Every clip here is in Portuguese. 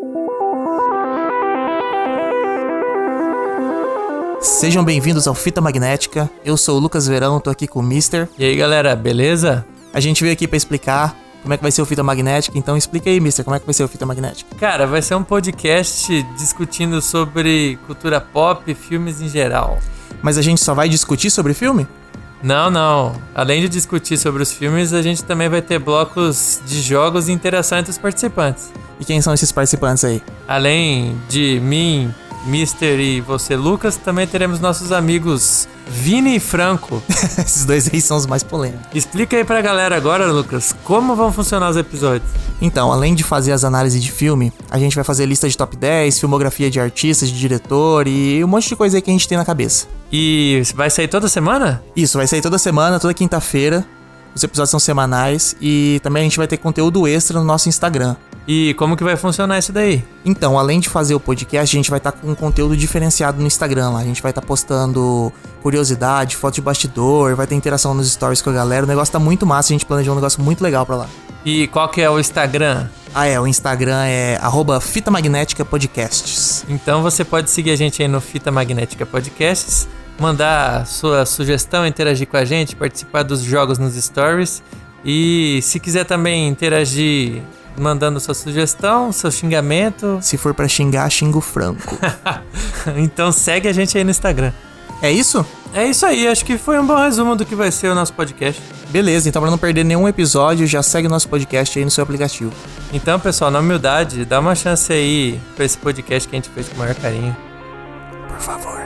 Sejam bem-vindos ao Fita Magnética. Eu sou o Lucas Verão, tô aqui com o Mister. E aí, galera, beleza? A gente veio aqui pra explicar como é que vai ser o Fita Magnética, então explica aí, Mister, como é que vai ser o Fita Magnética? Cara, vai ser um podcast discutindo sobre cultura pop e filmes em geral. Mas a gente só vai discutir sobre filme? Não. Além de discutir sobre os filmes, a gente também vai ter blocos de jogos e interação entre os participantes. E quem são esses participantes aí? Além de mim, Mister e você, Lucas, também teremos nossos amigos Vini e Franco. Esses dois aí são os mais polêmicos. Explica aí pra galera agora, Lucas, como vão funcionar os episódios. Então, além de fazer as análises de filme, a gente vai fazer lista de top 10, filmografia de artistas, de diretor e um monte de coisa aí que a gente tem na cabeça. E vai sair toda semana? Isso, vai sair toda semana, toda quinta-feira. Os episódios são semanais e também a gente vai ter conteúdo extra no nosso Instagram. E como que vai funcionar isso daí? Então, além de fazer o podcast, a gente vai estar com um conteúdo diferenciado no Instagram lá. A gente vai estar postando curiosidade, foto de bastidor, vai ter interação nos stories com a galera. O negócio tá muito massa, a gente planejou um negócio muito legal pra lá. E qual que é o Instagram? O Instagram é @Fita Magnética Podcasts. Então você pode seguir a gente aí no Fita Magnética Podcasts, mandar sua sugestão, interagir com a gente, participar dos jogos nos stories. E se quiser também interagir mandando sua sugestão, seu xingamento. Se for pra xingar, xinga o Franco. Então segue a gente aí no Instagram. É isso? É isso aí, acho que foi um bom resumo do que vai ser o nosso podcast. Beleza, então pra não perder nenhum episódio, já segue o nosso podcast aí no seu aplicativo. Então, pessoal, na humildade, dá uma chance aí pra esse podcast que a gente fez com o maior carinho. Por favor.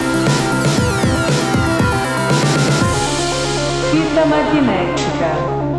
Fita Magnética.